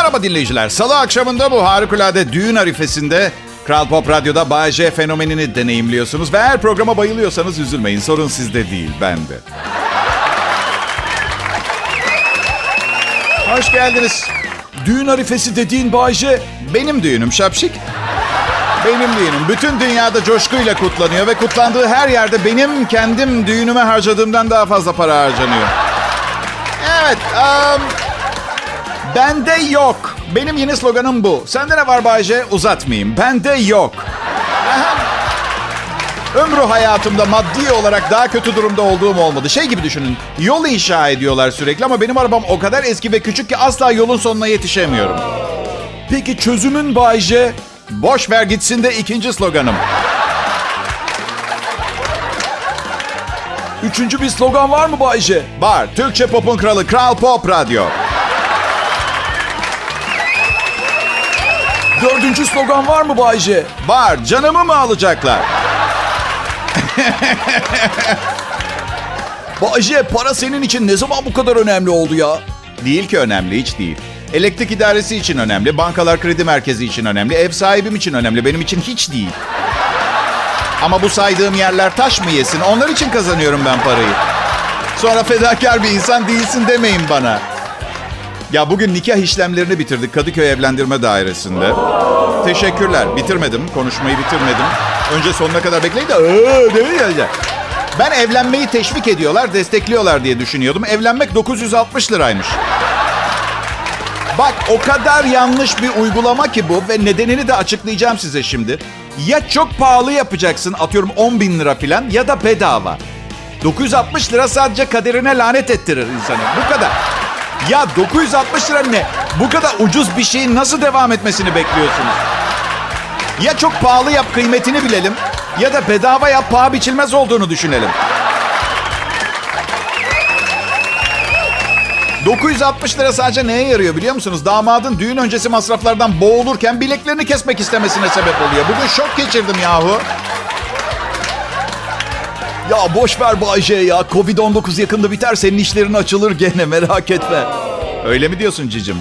Merhaba dinleyiciler. Salı akşamında bu harikulade düğün arifesinde Kral Pop Radyo'da Bay J fenomenini deneyimliyorsunuz. Ve eğer programa bayılıyorsanız üzülmeyin. Sorun sizde değil, bende. Hoş geldiniz. Düğün arifesi dediğin Bay J, benim düğünüm şapşik. Benim düğünüm. Bütün dünyada coşkuyla kutlanıyor ve kutlandığı her yerde benim kendim düğünüme harcadığımdan daha fazla para harcanıyor. Evet, bende yok. Benim yeni sloganım bu. Sende ne var Bay J? Uzatmayayım. Bende yok. Ömrü hayatımda maddi olarak daha kötü durumda olduğum olmadı. Şey gibi düşünün. Yol inşa ediyorlar sürekli ama benim arabam o kadar eski ve küçük ki asla yolun sonuna yetişemiyorum. Peki çözümün Bay J? Boş ver gitsin de ikinci sloganım. Üçüncü bir slogan var mı Bay J? Var. Türkçe pop'un kralı Kral Pop Radyo. Dördüncü slogan var mı Bay J? Var. Canımı mı alacaklar? Bay J, para senin için ne zaman bu kadar önemli oldu ya? Değil ki önemli, hiç değil. Elektrik idaresi için önemli, bankalar kredi merkezi için önemli, ev sahibim için önemli, benim için hiç değil. Ama bu saydığım yerler taş mı yesin? Onlar için kazanıyorum ben parayı. Sonra fedakar bir insan değilsin demeyin bana. Ya bugün nikah işlemlerini bitirdik Kadıköy Evlendirme Dairesi'nde. Teşekkürler. Bitirmedim. Konuşmayı bitirmedim. Önce sonuna kadar bekleyin de ben evlenmeyi teşvik ediyorlar, destekliyorlar diye düşünüyordum. Evlenmek 960 liraymış. Bak o kadar yanlış bir uygulama ki bu ve nedenini de açıklayacağım size şimdi. Ya çok pahalı yapacaksın, atıyorum 10 bin lira falan, ya da bedava. 960 lira sadece kaderine lanet ettirir insanı. Bu kadar. Ya 960 lira ne? Bu kadar ucuz bir şeyin nasıl devam etmesini bekliyorsunuz? Ya çok pahalı yap, kıymetini bilelim, ya da bedava yap, paha biçilmez olduğunu düşünelim. 960 lira sadece neye yarıyor biliyor musunuz? Damadın düğün öncesi masraflardan boğulurken bileklerini kesmek istemesine sebep oluyor. Bugün şok geçirdim yahu. Ya boş ver Bay J ya. Covid-19 yakında biter, senin işlerin açılır gene, merak etme. Öyle mi diyorsun cicim?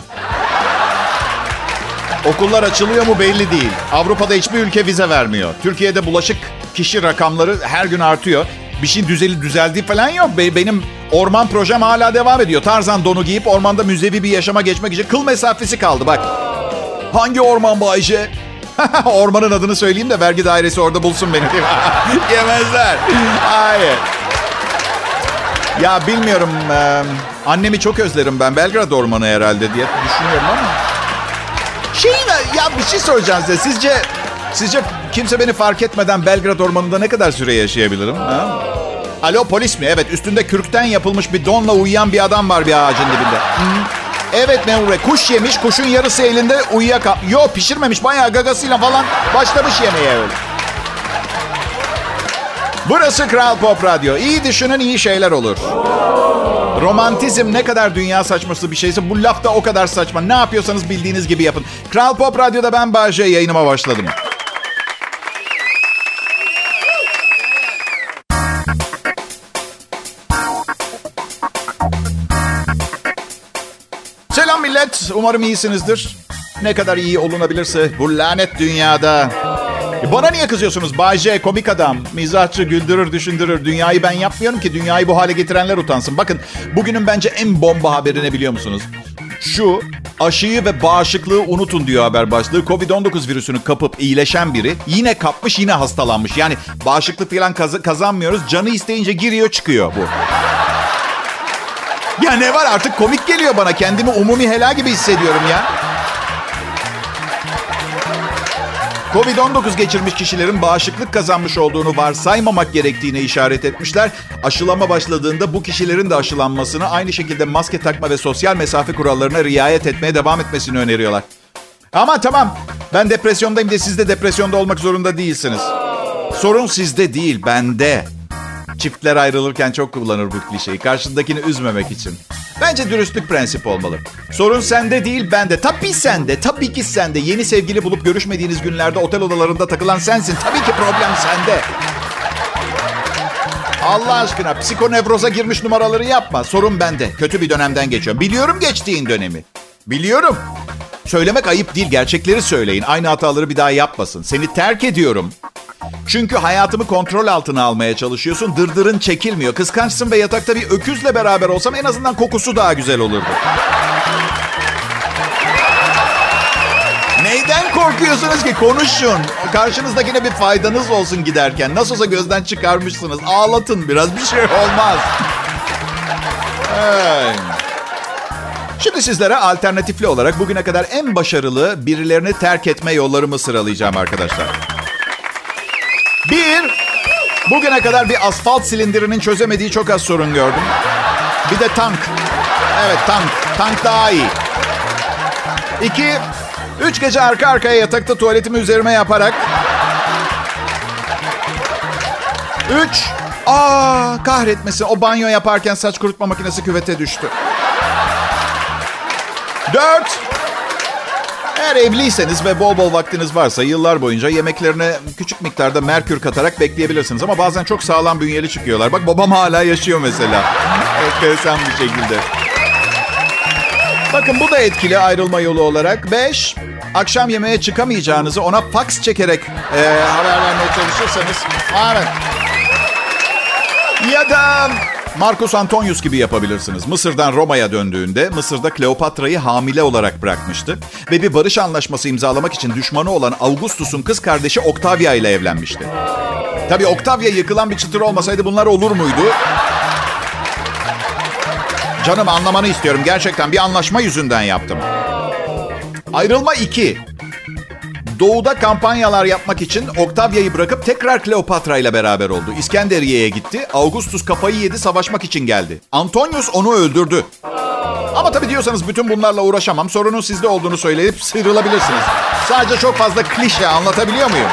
Okullar açılıyor mu belli değil. Avrupa'da hiçbir ülke vize vermiyor. Türkiye'de bulaşık kişi rakamları her gün artıyor. Bir şeyin düzeldiği falan yok. Benim orman projem hala devam ediyor. Tarzan donu giyip ormanda müzevi bir yaşama geçmek için kıl mesafesi kaldı bak. Hangi orman Bay J? Ormanın adını söyleyeyim de vergi dairesi orada bulsun beni. Yemezler. Hayır. Ya bilmiyorum. Annemi çok özlerim ben. Belgrad Ormanı herhalde diye düşünüyorum ama. Ya bir şey soracağım size. Sizce kimse beni fark etmeden Belgrad Ormanı'nda ne kadar süre yaşayabilirim? Ha? Alo, polis mi? Evet, üstünde kürkten yapılmış bir donla uyuyan bir adam var bir ağacın dibinde. Evet memur bey, kuş yemiş, kuşun yarısı elinde uyuyakalmış. Yok, pişirmemiş, bayağı gagasıyla falan başlamış yemeğe öyle. Burası Kral Pop Radyo. İyi düşünün, iyi şeyler olur. Romantizm ne kadar dünya saçması bir şeyse bu laf da o kadar saçma. Ne yapıyorsanız bildiğiniz gibi yapın. Kral Pop Radyo'da ben Bay J, yayınıma başladım. Selam millet. Umarım iyisinizdir. Ne kadar iyi olunabilirse bu lanet dünyada. Bana niye kızıyorsunuz? Bay J, komik adam, mizahçı, güldürür, düşündürür. Dünyayı ben yapmıyorum ki. Dünyayı bu hale getirenler utansın. Bakın, bugünün bence en bomba haberi ne biliyor musunuz? Şu, aşıyı ve bağışıklığı unutun diyor haber başlığı. Covid-19 virüsünü kapıp iyileşen biri yine kapmış, yine hastalanmış. Yani bağışıklık falan kazanmıyoruz. Canı isteyince giriyor çıkıyor bu. Ya ne var, artık komik geliyor bana. Kendimi umumi helal gibi hissediyorum ya. Covid-19 geçirmiş kişilerin bağışıklık kazanmış olduğunu varsaymamak gerektiğine işaret etmişler. Aşılama başladığında bu kişilerin de aşılanmasını, aynı şekilde maske takma ve sosyal mesafe kurallarına riayet etmeye devam etmesini öneriyorlar. Ama tamam, ben depresyondayım diye siz de depresyonda olmak zorunda değilsiniz. Sorun sizde değil, bende. Çiftler ayrılırken çok kullanır bu klişeyi, karşındakini üzmemek için. Bence dürüstlük prensip olmalı. Sorun sende değil, bende. Tabii sende, tabii ki sende. Yeni sevgili bulup görüşmediğiniz günlerde otel odalarında takılan sensin. Tabii ki problem sende. Allah aşkına psikonevroza girmiş numaraları yapma. Sorun bende. Kötü bir dönemden geçiyorum. Biliyorum geçtiğin dönemi. Biliyorum. Söylemek ayıp değil, gerçekleri söyleyin. Aynı hataları bir daha yapmasın. Seni terk ediyorum. Çünkü hayatımı kontrol altına almaya çalışıyorsun. Dırdırın çekilmiyor. Kıskançsın ve yatakta bir öküzle beraber olsam en azından kokusu daha güzel olurdu. Neyden korkuyorsunuz ki? Konuşun. Karşınızdakine bir faydanız olsun giderken. Nasıl olsa gözden çıkarmışsınız. Ağlatın biraz, bir şey olmaz. Şimdi sizlere alternatifli olarak bugüne kadar en başarılı birilerini terk etme yollarımı sıralayacağım arkadaşlar. 1. Bugüne kadar bir asfalt silindirinin çözemediği çok az sorun gördüm. Bir de tank. Evet, tank. Tank daha iyi. 2. 3 gece arka arkaya yatakta tuvaletimi üzerime yaparak. 3. Kahretmesin, o banyo yaparken saç kurutma makinesi küvete düştü. 4. Eğer evliyseniz ve bol bol vaktiniz varsa yıllar boyunca yemeklerine küçük miktarda merkür katarak bekleyebilirsiniz. Ama bazen çok sağlam bünyeli çıkıyorlar. Bak, babam hala yaşıyor mesela. Enteresan bir şekilde. Bakın, bu da etkili ayrılma yolu olarak. 5. Akşam yemeğe çıkamayacağınızı ona fax çekerek haber vermeye çalışırsanız. Evet. Ya da Marcus Antonius gibi yapabilirsiniz. Mısır'dan Roma'ya döndüğünde Mısır'da Kleopatra'yı hamile olarak bırakmıştı. Ve bir barış anlaşması imzalamak için düşmanı olan Augustus'un kız kardeşi Octavia ile evlenmişti. Tabii Octavia yıkılan bir çıtır olmasaydı bunlar olur muydu? Canım, anlamanı istiyorum. Gerçekten bir anlaşma yüzünden yaptım. Ayrılma 2. Doğuda kampanyalar yapmak için Octavia'yı bırakıp tekrar Kleopatra ile beraber oldu. İskenderiye'ye gitti. Augustus kafayı yedi, savaşmak için geldi. Antonius onu öldürdü. Ama tabii diyorsanız bütün bunlarla uğraşamam. Sorunun sizde olduğunu söyleyip sıyrılabilirsiniz. Sadece çok fazla klişe, anlatabiliyor muyum?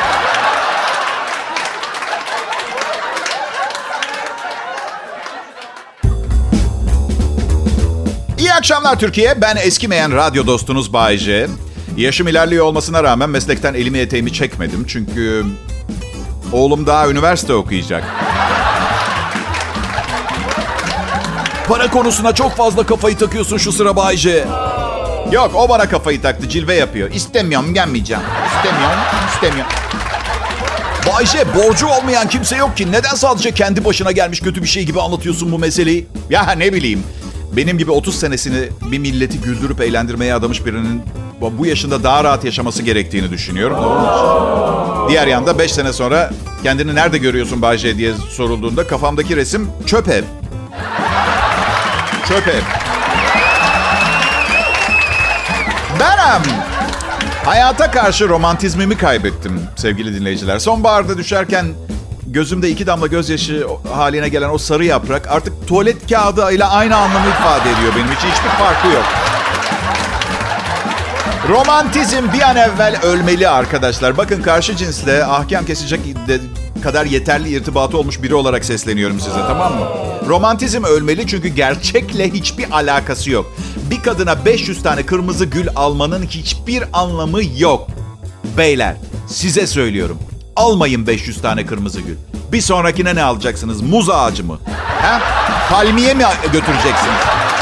İyi akşamlar Türkiye. Ben eskimeyen radyo dostunuz Bay J. Yaşım ilerliyor olmasına rağmen meslekten elimi eteğimi çekmedim. Çünkü oğlum daha üniversite okuyacak. Para konusuna çok fazla kafayı takıyorsun şu sıra Bay J. Yok, o bana kafayı taktı, cilve yapıyor. İstemiyorum, gelmeyeceğim. İstemiyorum. Bay J, borcu olmayan kimse yok ki. Neden sadece kendi başına gelmiş kötü bir şey gibi anlatıyorsun bu meseleyi? Ya ne bileyim. Benim gibi 30 senesini bir milleti güldürüp eğlendirmeye adamış birinin bu yaşında daha rahat yaşaması gerektiğini düşünüyorum. Diğer yanda 5 sene sonra kendini nerede görüyorsun Bay J diye sorulduğunda kafamdaki resim çöp ev. Çöp ev. Ben hayata karşı romantizmimi kaybettim sevgili dinleyiciler. Sonbaharda düşerken gözümde 2 damla gözyaşı haline gelen o sarı yaprak artık tuvalet kağıdı ile aynı anlamı ifade ediyor benim için. Hiçbir farkı yok. Romantizm bir an evvel ölmeli arkadaşlar. Bakın, karşı cinsle ahkam kesecek kadar yeterli irtibatı olmuş biri olarak sesleniyorum size, tamam mı? Romantizm ölmeli çünkü gerçekle hiçbir alakası yok. Bir kadına 500 tane kırmızı gül almanın hiçbir anlamı yok. Beyler, size söylüyorum. Almayın 500 tane kırmızı gül. Bir sonrakine ne alacaksınız? Muz ağacı mı? He? Palmiye mi götüreceksiniz?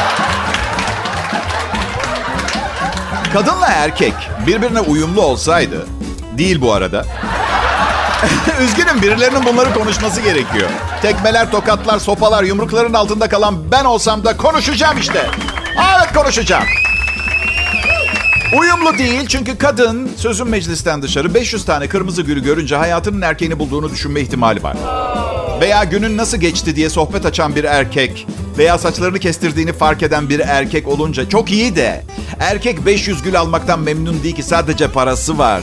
Kadınla erkek birbirine uyumlu olsaydı, değil bu arada. Üzgünüm, birilerinin bunları konuşması gerekiyor. Tekmeler, tokatlar, sopalar, yumrukların altında kalan ben olsam da konuşacağım işte. Evet, konuşacağım. Uyumlu değil çünkü kadın sözün meclisten dışarı 500 tane kırmızı gülü görünce hayatının erkeğini bulduğunu düşünme ihtimali var. Veya günün nasıl geçti diye sohbet açan bir erkek veya saçlarını kestirdiğini fark eden bir erkek olunca çok iyi de erkek 500 gül almaktan memnun değil ki, sadece parası var.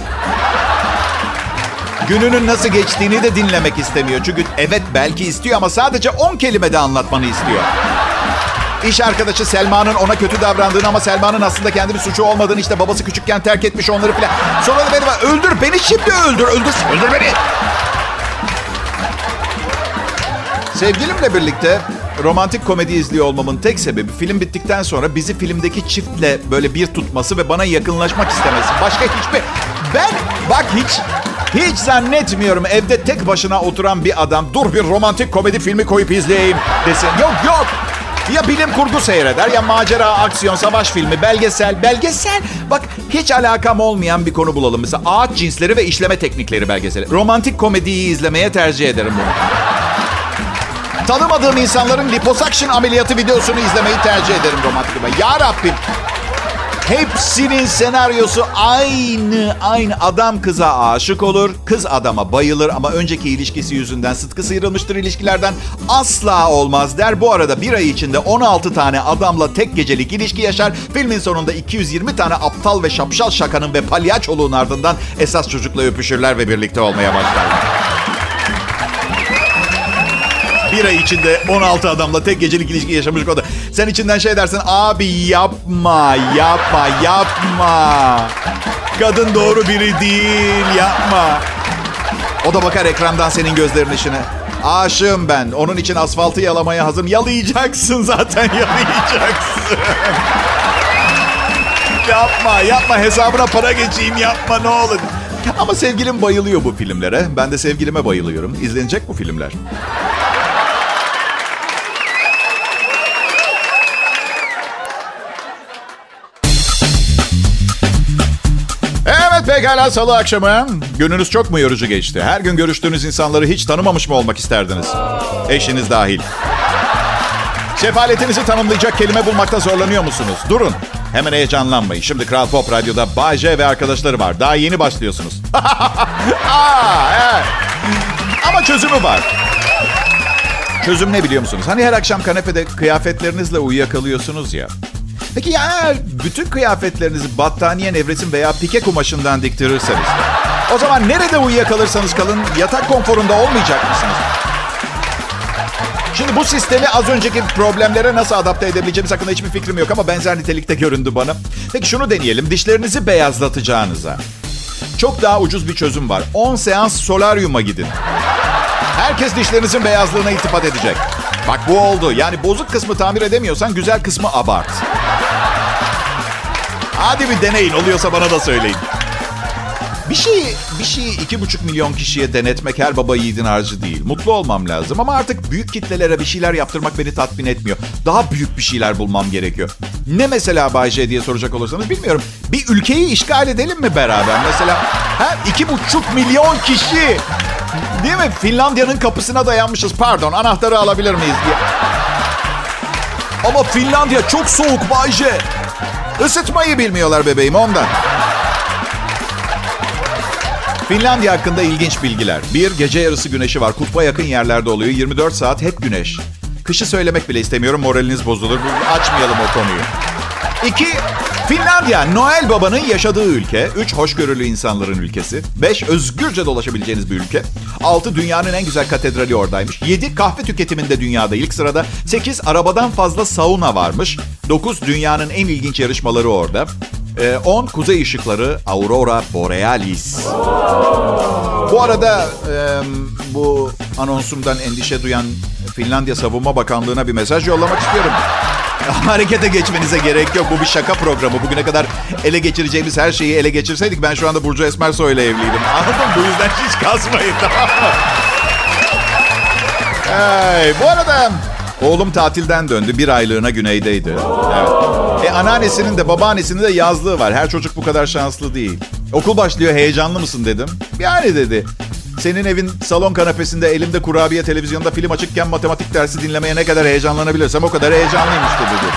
Gününün nasıl geçtiğini de dinlemek istemiyor. Çünkü evet belki istiyor ama sadece 10 kelimede anlatmanı istiyor. İş arkadaşı Selma'nın ona kötü davrandığını ama Selma'nın aslında kendi bir suçu olmadığını, işte babası küçükken terk etmiş onları falan. Sonra da beni öldür beni şimdi öldür beni. Sevgilimle birlikte romantik komedi izliyor olmamın tek sebebi film bittikten sonra bizi filmdeki çiftle böyle bir tutması ve bana yakınlaşmak istemesi. Başka hiçbir... Ben bak hiç zannetmiyorum evde tek başına oturan bir adam dur bir romantik komedi filmi koyup izleyeyim desin. Yok. Ya bilim kurgu seyreder, ya macera, aksiyon, savaş filmi, belgesel. Belgesel, bak hiç alakam olmayan bir konu bulalım. Mesela ağaç cinsleri ve işleme teknikleri belgeseli. Romantik komediyi izlemeye tercih ederim bunu. Tanımadığım insanların liposuction ameliyatı videosunu izlemeyi tercih ederim romantik komedi. Ya Rabbim. Hepsinin senaryosu aynı. Adam kıza aşık olur, kız adama bayılır ama önceki ilişkisi yüzünden sıtkı sıyrılmıştır ilişkilerden. Asla olmaz der. Bu arada bir ay içinde 16 tane adamla tek gecelik ilişki yaşar. Filmin sonunda 220 tane aptal ve şapşal şakanın ve palyaçoluğun ardından esas çocukla öpüşürler ve birlikte olmaya başlarlar. Bir ay içinde 16 adamla tek gecelik ilişki yaşamış o da. Sen içinden şey dersin, abi yapma. Kadın doğru biri değil, yapma. O da bakar ekrandan senin gözlerinin içine. Aşığım ben, onun için asfaltı yalamaya hazırım. Yalayacaksın zaten, yalayacaksın. Yapma, hesabına para geçeyim, yapma ne olur. Ama sevgilim bayılıyor bu filmlere. Ben de sevgilime bayılıyorum. İzlenecek bu filmler. Pekala, salı akşamı. Gününüz çok mu yorucu geçti? Her gün görüştüğünüz insanları hiç tanımamış mı olmak isterdiniz? Eşiniz dahil. Sefaletinizi tanımlayacak kelime bulmakta zorlanıyor musunuz? Durun. Hemen heyecanlanmayın. Şimdi Kral Pop Radyo'da Bay J ve arkadaşları var. Daha yeni başlıyorsunuz. Evet. Ama çözümü var. Çözüm ne biliyor musunuz? Hani her akşam kanepede kıyafetlerinizle uyuyakalıyorsunuz ya. Peki ya eğer bütün kıyafetlerinizi battaniye, nevresim veya pike kumaşından diktirirseniz, o zaman nerede uyuyakalırsanız kalın yatak konforunda olmayacak mısınız? Şimdi bu sistemi az önceki problemlere nasıl adapte edebileceğimiz hakkında hiçbir fikrim yok ama benzer nitelikte göründü bana. Peki şunu deneyelim. Dişlerinizi beyazlatacağınıza çok daha ucuz bir çözüm var. 10 seans solaryuma gidin. Herkes dişlerinizin beyazlığına iltifat edecek. Bak bu oldu. Yani bozuk kısmı tamir edemiyorsan güzel kısmı abart. Hadi bir deneyin. Oluyorsa bana da söyleyin. Bir şeyi 2,5 milyon kişiye denetmek her baba yiğidin harcı değil. Mutlu olmam lazım ama artık büyük kitlelere bir şeyler yaptırmak beni tatmin etmiyor. Daha büyük bir şeyler bulmam gerekiyor. Ne mesela Bay J diye soracak olursanız bilmiyorum. Bir ülkeyi işgal edelim mi beraber? Mesela 2,5 milyon kişi. Değil mi? Finlandiya'nın kapısına dayanmışız. Pardon, anahtarı alabilir miyiz diye. Ama Finlandiya çok soğuk Bay J. Isıtmayı bilmiyorlar bebeğim ondan. Finlandiya hakkında ilginç bilgiler. 1. Gece yarısı güneşi var. Kutba yakın yerlerde oluyor. 24 saat hep güneş. Kışı söylemek bile istemiyorum. Moraliniz bozulur. Açmayalım o konuyu. 2. Finlandiya, Noel Baba'nın yaşadığı ülke. 3. Hoşgörülü insanların ülkesi. 5. Özgürce dolaşabileceğiniz bir ülke. 6. Dünyanın en güzel katedrali oradaymış. 7. Kahve tüketiminde dünyada ilk sırada. 8. Arabadan fazla sauna varmış. 9. Dünyanın en ilginç yarışmaları orada. 10. Kuzey ışıkları, Aurora Borealis. Bu arada bu anonsumdan endişe duyan Finlandiya Savunma Bakanlığı'na bir mesaj yollamak istiyorum. Harekete geçmenize gerek yok. Bu bir şaka programı. Bugüne kadar ele geçireceğimiz her şeyi ele geçirseydik ben şu anda Burcu Esmersoy'la evliydim. Anladın? Bu yüzden hiç kasmayın, tamam mı? Bu arada oğlum tatilden döndü. 1 aylığına güneydeydi. Evet. Anneannesinin de babaannesinin de yazlığı var. Her çocuk bu kadar şanslı değil. Okul başlıyor, heyecanlı mısın dedim. Yani dedi. Senin evin salon kanepesinde elimde kurabiye, televizyonda film açıkken matematik dersi dinlemeye ne kadar heyecanlanabilirsem o kadar heyecanlıymıştı dedi.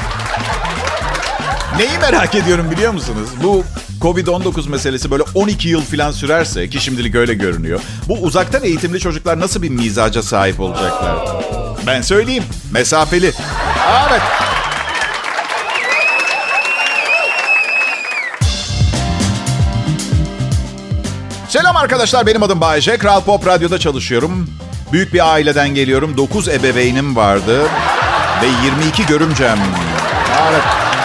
Neyi merak ediyorum biliyor musunuz? Bu Covid-19 meselesi böyle 12 yıl falan sürerse, ki şimdilik öyle görünüyor. Bu uzaktan eğitimli çocuklar nasıl bir mizaca sahip olacaklar? Ben söyleyeyim. Mesafeli. Evet. Selam arkadaşlar, benim adım Bay J. Kral Pop Radyo'da çalışıyorum. Büyük bir aileden geliyorum. 9 ebeveynim vardı. Ve 22 görümcem. Evet.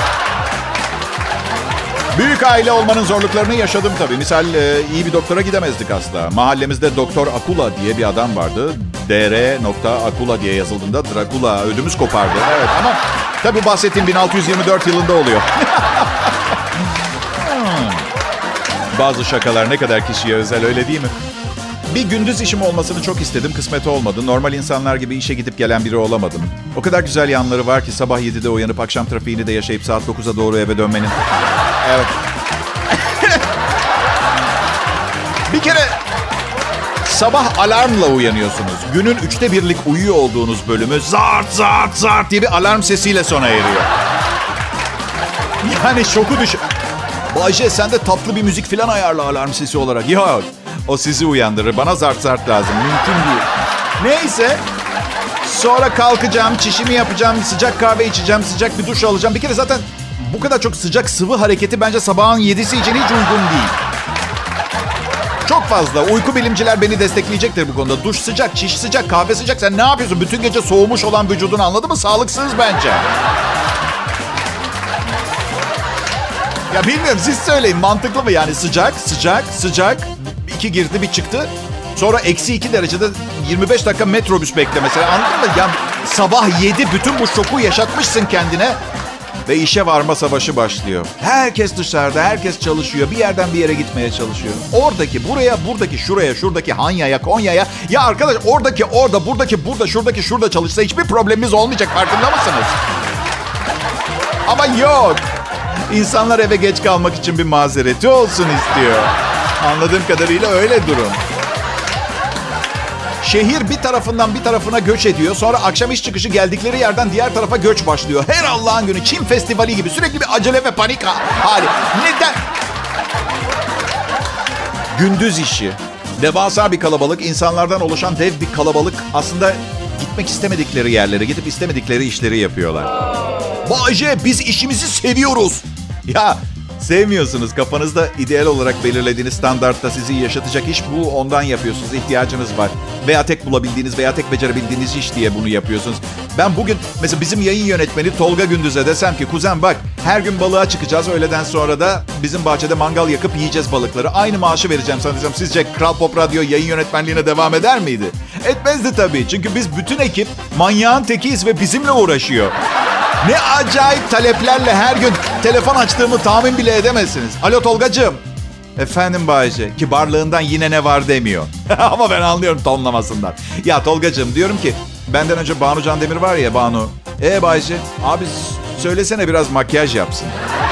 Büyük aile olmanın zorluklarını yaşadım tabii. Misal iyi bir doktora gidemezdik asla. Mahallemizde Doktor Akula diye bir adam vardı. Dr. diye yazıldığında Dracula ödümüz kopardı. Evet ama tabii bahsettiğim 1624 yılında oluyor. Bazı şakalar ne kadar kişiye özel, öyle değil mi? Bir gündüz işim olmasını çok istedim. Kısmet olmadı. Normal insanlar gibi işe gidip gelen biri olamadım. O kadar güzel yanları var ki sabah 7'de uyanıp akşam trafiğini de yaşayıp saat 9'a doğru eve dönmenin. Evet. Bir kere sabah alarmla uyanıyorsunuz. Günün 1/3'lik uyuyor olduğunuz bölümü zart zart zart diye bir alarm sesiyle sona eriyor. Yani şoku düşün. Bayce sen de tatlı bir müzik falan ayarla alarm sesi olarak. Yok. O sizi uyandırır. Bana zart zart lazım. Mümkün değil. Neyse. Sonra kalkacağım, çişimi yapacağım, sıcak kahve içeceğim, sıcak bir duş alacağım. Bir kere zaten bu kadar çok sıcak sıvı hareketi bence sabahın 7'si için hiç uygun değil. Çok fazla. Uyku bilimciler beni destekleyecektir bu konuda. Duş sıcak, çiş sıcak, kahve sıcak. Sen ne yapıyorsun? Bütün gece soğumuş olan vücudunu anladın mı? Sağlıksız bence. Ya bilmiyorum siz söyleyin. Mantıklı mı yani? Sıcak, sıcak, sıcak. 2 girdi bir çıktı. Sonra -2 derecede 25 dakika metrobüs bekle mesela. Anladın mı? Yani sabah 7 bütün bu şoku yaşatmışsın kendine. Ve işe varma savaşı başlıyor. Herkes dışarıda, herkes çalışıyor. Bir yerden bir yere gitmeye çalışıyor. Oradaki, buraya, buradaki, şuraya, şuradaki, Hanya'ya, Konya'ya. Ya arkadaş oradaki, orada, buradaki, burada, şuradaki, şurada çalışsa hiçbir problemimiz olmayacak. Farkında mısınız? Ama yok. İnsanlar eve geç kalmak için bir mazereti olsun istiyor. Anladığım kadarıyla öyle durum. Şehir bir tarafından bir tarafına göç ediyor. Sonra akşam iş çıkışı geldikleri yerden diğer tarafa göç başlıyor. Her Allah'ın günü Çin festivali gibi sürekli bir acele ve panik hali. Neden? Gündüz işi. Devasa bir kalabalık, insanlardan oluşan dev bir kalabalık aslında gitmek istemedikleri yerlere, gidip istemedikleri işleri yapıyorlar. Bayce biz işimizi seviyoruz. Ya sevmiyorsunuz. Kafanızda ideal olarak belirlediğiniz standartta sizi yaşatacak iş bu. Ondan yapıyorsunuz. İhtiyacınız var. Veya tek bulabildiğiniz veya tek becerebildiğiniz iş diye bunu yapıyorsunuz. Ben bugün mesela bizim yayın yönetmeni Tolga Gündüz'e desem ki kuzen bak her gün balığa çıkacağız. Öğleden sonra da bizim bahçede mangal yakıp yiyeceğiz balıkları. Aynı maaşı vereceğim sana desem sizce Kral Pop Radyo yayın yönetmenliğine devam eder miydi? Etmezdi tabii. Çünkü biz bütün ekip manyağın tekiyiz ve bizimle uğraşıyor. Ne acayip taleplerle her gün telefon açtığımı tahmin bile edemezsiniz. Alo Tolgacığım. Efendim Bayce. Kibarlığından yine ne var demiyor. Ama ben anlıyorum tonlamasından. Ya Tolgacığım diyorum ki benden önce Banu Candemir var ya Banu. Bayce abi söylesene biraz makyaj yapsın.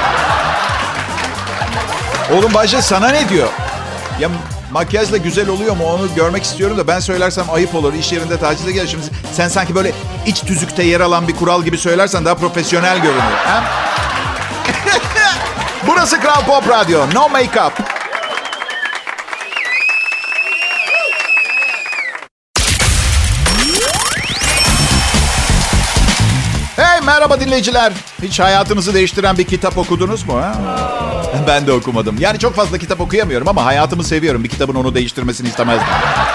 Oğlum Bayce sana ne diyor? Ya makyajla güzel oluyor mu onu görmek istiyorum da ben söylersem ayıp olur. İş yerinde tacize gelir. Şimdi sen sanki böyle iç tüzükte yer alan bir kural gibi söylersen daha profesyonel görünür. Ha? Burası Kral Pop Radyo. No make-up. Hey merhaba dinleyiciler. Hiç hayatınızı değiştiren bir kitap okudunuz mu? Ha? Ben de okumadım. Yani çok fazla kitap okuyamıyorum ama hayatımı seviyorum. Bir kitabın onu değiştirmesini istemezdim.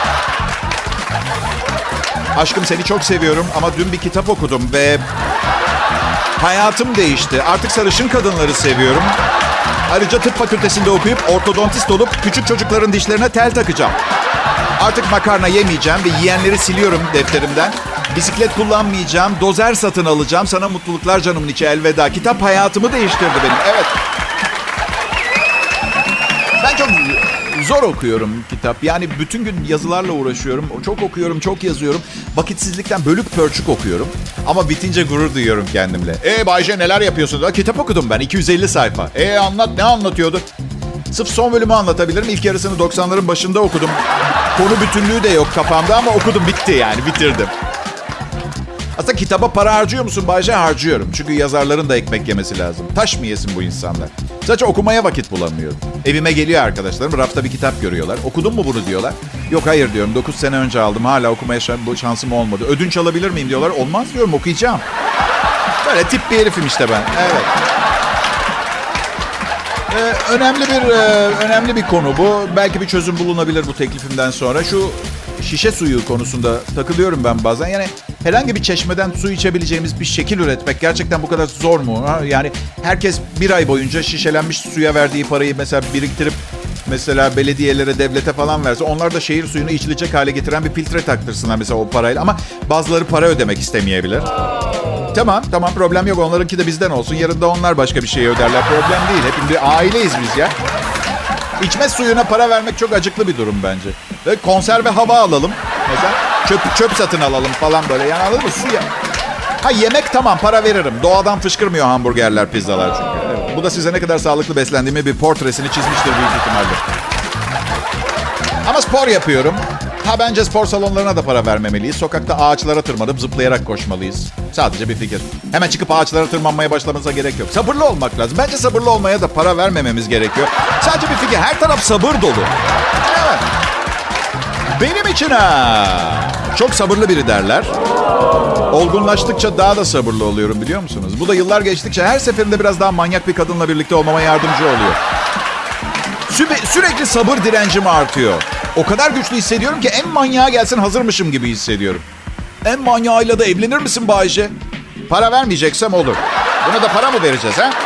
Aşkım seni çok seviyorum ama dün bir kitap okudum ve hayatım değişti. Artık sarışın kadınları seviyorum. Ayrıca tıp fakültesinde okuyup ortodontist olup küçük çocukların dişlerine tel takacağım. Artık makarna yemeyeceğim ve yiyenleri siliyorum defterimden. Bisiklet kullanmayacağım, dozer satın alacağım. Sana mutluluklar canımın içi elveda. Kitap hayatımı değiştirdi benim. Evet. Ben çok zor okuyorum kitap. Yani bütün gün yazılarla uğraşıyorum. Çok okuyorum, çok yazıyorum. Vakitsizlikten bölük pörçük okuyorum. Ama bitince gurur duyuyorum kendimle. Bayce neler yapıyorsun? Kitap okudum ben 250 sayfa. Anlat ne anlatıyordu? Sırf son bölümü anlatabilirim. İlk yarısını 90'ların başında okudum. Konu bütünlüğü de yok kafamda ama okudum bitti yani bitirdim. Aslında kitaba para harcıyor musun Bayce? Harcıyorum. Çünkü yazarların da ekmek yemesi lazım. Taş mı yesin bu insanlar? Sadece okumaya vakit bulamıyorum. Evime geliyor arkadaşlarım. Rafta bir kitap görüyorlar. Okudun mu bunu diyorlar. Yok hayır diyorum. 9 sene önce aldım. Hala okumaya şansım olmadı. Ödünç alabilir miyim diyorlar. Olmaz diyorum okuyacağım. Böyle tip bir herifim işte ben. Evet. Önemli bir konu bu. Belki bir çözüm bulunabilir bu teklifimden sonra. Şu şişe suyu konusunda takılıyorum ben bazen. Yani herhangi bir çeşmeden su içebileceğimiz bir şekil üretmek gerçekten bu kadar zor mu? Yani herkes bir ay boyunca şişelenmiş suya verdiği parayı mesela biriktirip mesela belediyelere, devlete falan verse onlar da şehir suyunu içilecek hale getiren bir filtre taktırsınlar mesela o parayla. Ama bazıları para ödemek istemeyebilir. Tamam problem yok. Onlarınki de bizden olsun. Yarın da onlar başka bir şey öderler. Problem değil. Hepimiz bir aileyiz biz ya. İçme suyuna para vermek çok acıklı bir durum bence. Ve konserve hava alalım. Mesela çöp satın alalım falan böyle. Yani anladın mı? Su ya. Ha yemek tamam para veririm. Doğadan fışkırmıyor hamburgerler, pizzalar çünkü. Evet. Bu da size ne kadar sağlıklı beslendiğimi bir portresini çizmiştir büyük ihtimalle. Ama spor yapıyorum. Ha bence spor salonlarına da para vermemeliyiz. Sokakta ağaçlara tırmanıp zıplayarak koşmalıyız. Sadece bir fikir. Hemen çıkıp ağaçlara tırmanmaya başlamamıza gerek yok. Sabırlı olmak lazım. Bence sabırlı olmaya da para vermememiz gerekiyor. Sadece bir fikir. Her taraf sabır dolu. Evet. Benim için çok sabırlı biri derler. Olgunlaştıkça daha da sabırlı oluyorum biliyor musunuz? Bu da yıllar geçtikçe her seferinde biraz daha manyak bir kadınla birlikte olmama yardımcı oluyor. Sürekli sabır direncim artıyor. O kadar güçlü hissediyorum ki en manyağa gelsin hazırmışım gibi hissediyorum. En manyağıyla da evlenir misin Bayce? Para vermeyeceksem olur. Buna da para mı vereceğiz ha?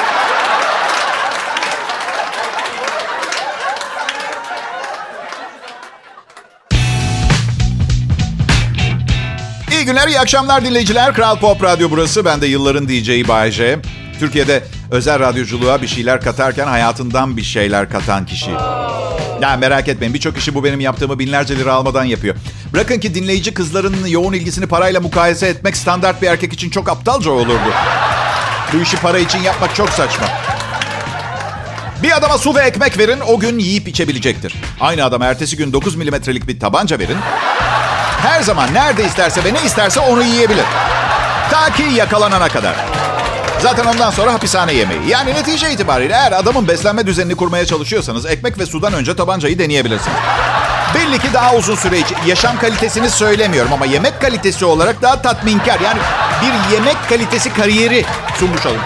İyi günler, iyi akşamlar dinleyiciler. Kral Pop Radyo burası. Ben de yılların DJ'i Bayce. Türkiye'de özel radyoculuğa bir şeyler katarken hayatından bir şeyler katan kişi. Ya merak etmeyin, birçok işi bu benim yaptığımı binlerce lira almadan yapıyor. Bırakın ki dinleyici kızların yoğun ilgisini parayla mukayese etmek standart bir erkek için çok aptalca olurdu. Bu işi para için yapmak çok saçma. Bir adama su ve ekmek verin, o gün yiyip içebilecektir. Aynı adama ertesi gün 9 milimetrelik bir tabanca verin. Her zaman nerede isterse ve ne isterse onu yiyebilir. Ta ki yakalanana kadar. Zaten ondan sonra hapishane yemeği. Yani netice itibariyle eğer adamın beslenme düzenini kurmaya çalışıyorsanız ekmek ve sudan önce tabancayı deneyebilirsiniz. Belli ki daha uzun süre için. Yaşam kalitesini söylemiyorum ama yemek kalitesi olarak daha tatminkar. Yani bir yemek kalitesi kariyeri sunmuş olun.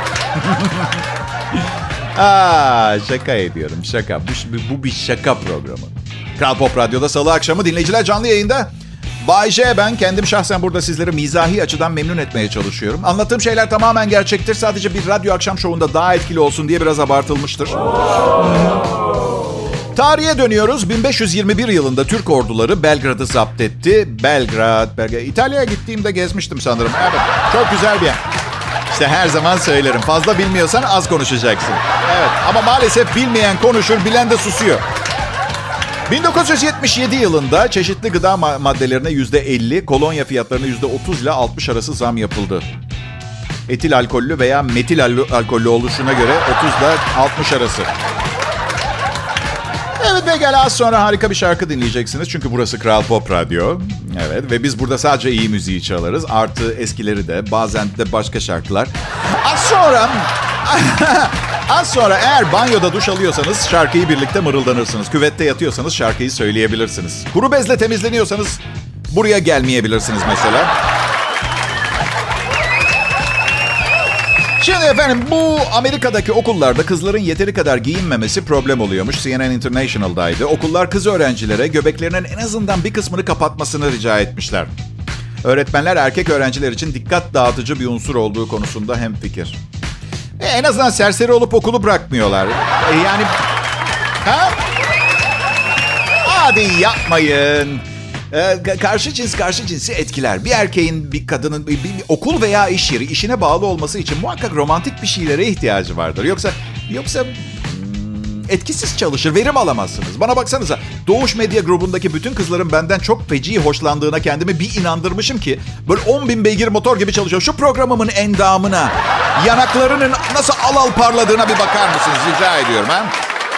Şaka ediyorum, şaka. Bu bir şaka programı. Kral Pop Radyo'da salı akşamı dinleyiciler canlı yayında. Bay J, ben kendim şahsen burada sizleri mizahi açıdan memnun etmeye çalışıyorum. Anlattığım şeyler tamamen gerçektir. Sadece bir radyo akşam şovunda daha etkili olsun diye biraz abartılmıştır. Tarihe dönüyoruz. 1521 yılında Türk orduları Belgrad'ı zapt etti. Belgrad. İtalya'ya gittiğimde gezmiştim sanırım. Evet, çok güzel bir yer. İşte her zaman söylerim. Fazla bilmiyorsan az konuşacaksın. Evet, ama maalesef bilmeyen konuşur, bilen de susuyor. 1977 yılında çeşitli gıda maddelerine %50, kolonya fiyatlarına %30 ile 60 arası zam yapıldı. Etil alkollü veya metil alkollü oluşuna göre 30 ile 60 arası. Evet pekala, az sonra harika bir şarkı dinleyeceksiniz. Çünkü burası Kral Pop Radyo. Evet, ve biz burada sadece iyi müziği çalarız. Artı eskileri de, bazen de başka şarkılar. Az sonra eğer banyoda duş alıyorsanız şarkıyı birlikte mırıldanırsınız. Küvette yatıyorsanız şarkıyı söyleyebilirsiniz. Kuru bezle temizleniyorsanız buraya gelmeyebilirsiniz mesela. Şimdi efendim, bu Amerika'daki okullarda kızların yeteri kadar giyinmemesi problem oluyormuş. CNN International'daydı. Okullar kız öğrencilere göbeklerinin en azından bir kısmını kapatmasını rica etmişler. Öğretmenler erkek öğrenciler için dikkat dağıtıcı bir unsur olduğu konusunda hemfikir. En azından serseri olup okulu bırakmıyorlar. Yani... Ha? Hadi yapmayın. Karşı cinsi etkiler. Bir erkeğin, bir kadının bir okul veya iş yeri, işine bağlı olması için muhakkak romantik bir şeylere ihtiyacı vardır. Yoksa etkisiz çalışır, verim alamazsınız. Bana baksanıza, Doğuş Medya grubundaki bütün kızların benden çok feci hoşlandığına kendimi bir inandırmışım ki böyle 10.000 beygir motor gibi çalışıyor. Şu programımın endamına, yanaklarının nasıl al parladığına bir bakar mısınız rica ediyorum ha?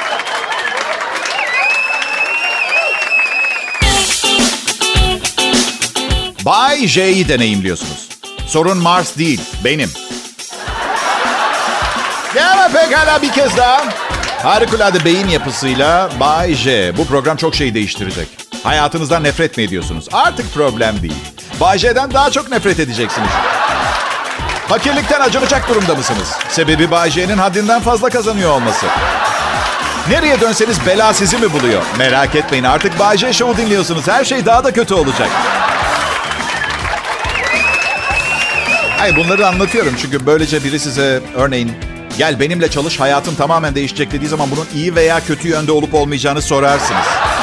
Bay J'yi deneyimliyorsunuz. Sorun Mars değil, benim. Ama pekala bir kez daha. Harikulade beyin yapısıyla Bay J. Bu program çok şey değiştirecek. Hayatınızdan nefret mi ediyorsunuz? Artık problem değil. Bay J'den daha çok nefret edeceksiniz. Fakirlikten acınacak durumda mısınız? Sebebi Bay J'nin haddinden fazla kazanıyor olması. Nereye dönseniz bela sizi mi buluyor? Merak etmeyin, artık Bay J Show'u dinliyorsunuz. Her şey daha da kötü olacak. Hayır, bunları anlatıyorum çünkü böylece biri size örneğin gel benimle çalış, hayatın tamamen değişecek dediği zaman bunun iyi veya kötü yönde olup olmayacağını sorarsınız.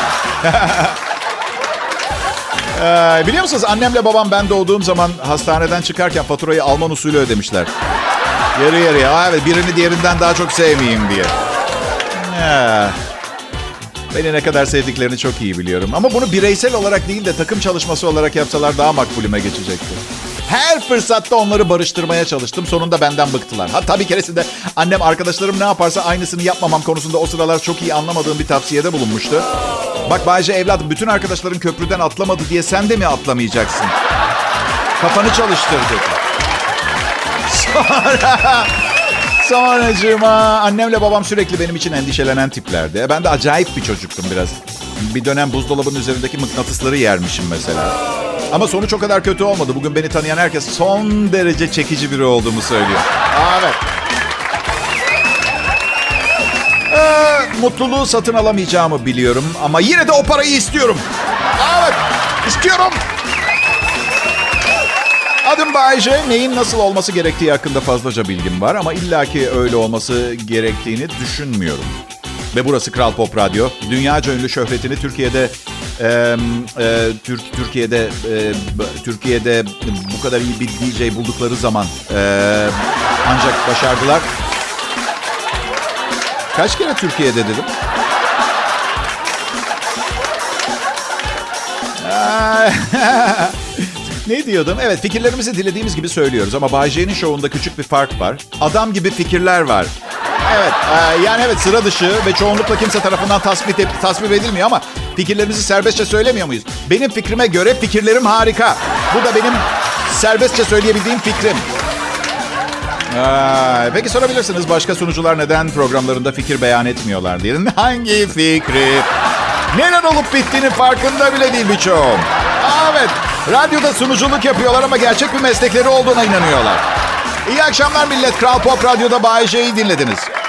Biliyor musunuz, annemle babam ben doğduğum zaman hastaneden çıkarken faturayı Alman usulü ödemişler. Yarı yarıya. Evet, birini diğerinden daha çok sevmeyeyim diye. Beni ne kadar sevdiklerini çok iyi biliyorum. Ama bunu bireysel olarak değil de takım çalışması olarak yapsalar daha makbulüme geçecekti. Her fırsatta onları barıştırmaya çalıştım. Sonunda benden bıktılar. Hatta bir keresinde annem arkadaşlarım ne yaparsa aynısını yapmamam konusunda o sıralar çok iyi anlamadığım bir tavsiyede bulunmuştu. Bak Bayce evladım, bütün arkadaşların köprüden atlamadı diye sen de mi atlamayacaksın? Kafanı çalıştır dedi. Sonracığıma annemle babam sürekli benim için endişelenen tiplerdi. Ben de acayip bir çocuktum biraz. Bir dönem buzdolabının üzerindeki mıknatısları yermişim mesela. Ama sonuç o kadar kötü olmadı. Bugün beni tanıyan herkes son derece çekici biri olduğumu söylüyor. Evet. Mutluluğu satın alamayacağımı biliyorum. Ama yine de o parayı istiyorum. Evet, istiyorum. Adım Bayce. Neyin nasıl olması gerektiği hakkında fazlaca bilgim var. Ama illaki öyle olması gerektiğini düşünmüyorum. Ve burası Kral Pop Radyo. Dünyaca ünlü şöhretini Türkiye'de bu kadar iyi bir DJ buldukları zaman ancak başardılar. Kaç kere Türkiye'de dedim? Ne diyordum? Evet, fikirlerimizi dilediğimiz gibi söylüyoruz ama Bay J'nin şovunda küçük bir fark var. Adam gibi fikirler var. Evet, yani evet, sıra dışı ve çoğunlukla kimse tarafından tasvip edilmiyor ama fikirlerimizi serbestçe söylemiyor muyuz? Benim fikrime göre fikirlerim harika. Bu da benim serbestçe söyleyebildiğim fikrim. Peki sorabilirsiniz, başka sunucular neden programlarında fikir beyan etmiyorlar diye. Hangi fikri? Neler olup bittiğini farkında bile değil birçoğum. Evet, radyoda sunuculuk yapıyorlar ama gerçek bir meslekleri olduğuna inanıyorlar. İyi akşamlar millet. Kral Pop Radyo'da Bay J'yi dinlediniz.